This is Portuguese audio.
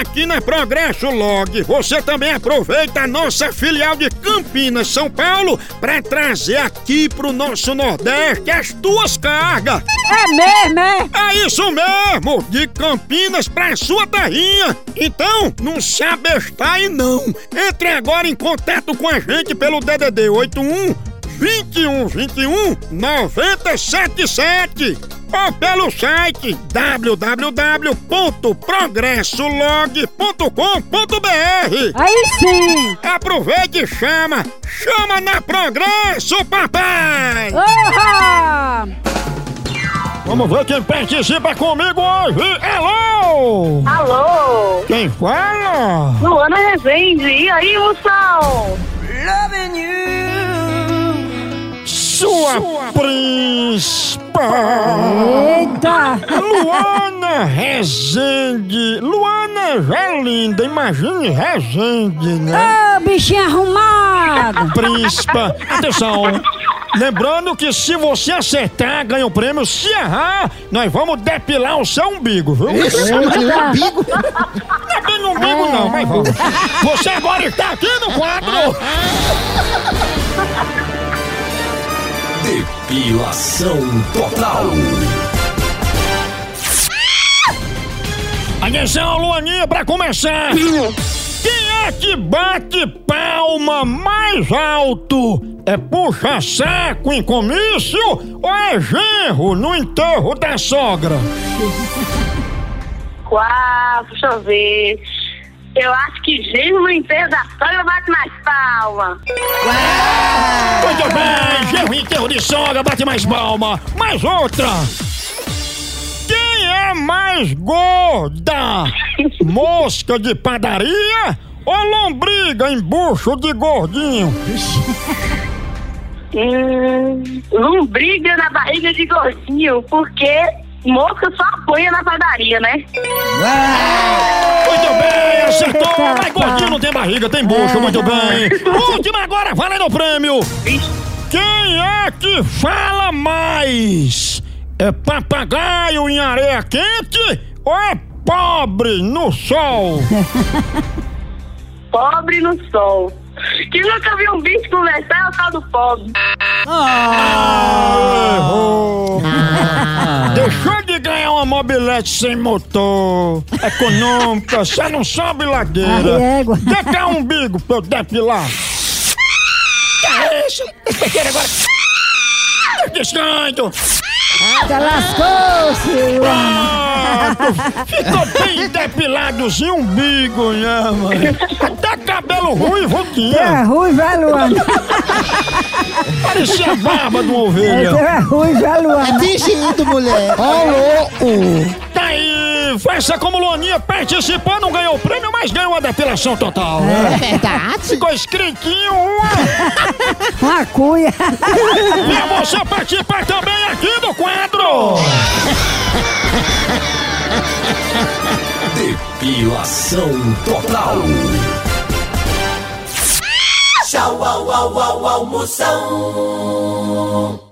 aqui na Progresso Log, você também aproveita a nossa filial de Campinas, São Paulo, para trazer aqui pro nosso Nordeste as tuas cargas. É mesmo, é? É isso mesmo, de Campinas pra sua terrinha. Então, não se abestar aí não. Entre agora em contato com a gente pelo DDD 81 21 21 977 ou pelo site www.progressolog.com.br. Aí sim! Aproveite e chama na Progresso, papai! Oha! Vamos ver quem participa comigo hoje. Alô! Alô? Quem fala? Luana Rezende. E aí, moção? Sua príncipa! Eita! Luana Rezende! Luana já é linda, imagine Rezende, né? Ô, bichinho arrumado! Príncipa, atenção! Lembrando que se você acertar, ganha o prêmio. Se errar, nós vamos depilar o seu umbigo, viu? Isso, mas no umbigo? Não é bem no umbigo não, mas vamos. Você agora está aqui no quadro! Depilação total. Atenção, Luaninha, pra começar! Quem é que bate palma mais alto? É puxa-saco em comício ou é genro no enterro da sogra? Uau, deixa eu ver. Eu acho que gênio no enterro da sogra bate mais palma. Muito bem, genro no enterro de sogra bate mais palma. Mais outra! Quem é mais gorda? Mosca de padaria ou lombriga em bucho de gordinho? Lombriga na barriga de gordinho, porque mosca só apanha na padaria, né? Muito bem, acertou! Mas gordinho não tem barriga, tem bucho, muito bem! Última agora, valendo o prêmio! Quem é que fala mais? É papagaio em areia quente ou é pobre no sol? Pobre no sol. Que nunca viu um bicho conversar é o tal do pobre. Errou! Deixou de ganhar uma mobilete sem motor, econômica, você não sobe ladeira. Dê cá um umbigo pra eu depilar. Que é isso? Peguei agora. Descanso. Já lascou-se, Luana! Ficou bem depiladozinho umbigo, né, mãe? Até cabelo ruivo tinha. É ruim, vai, Luana! Parecia a barba de uma ovelha. É ruim, vai, Luana! É fingindo, mulher. Ó, louco. Tá aí, faça como Luaninha participou, não ganhou o prêmio, mas ganhou a depilação total. É verdade? Ficou escritinho Uma cuia! E você participar também aqui do quadro! Depilação total. Tchau, au, au, au, au, moção.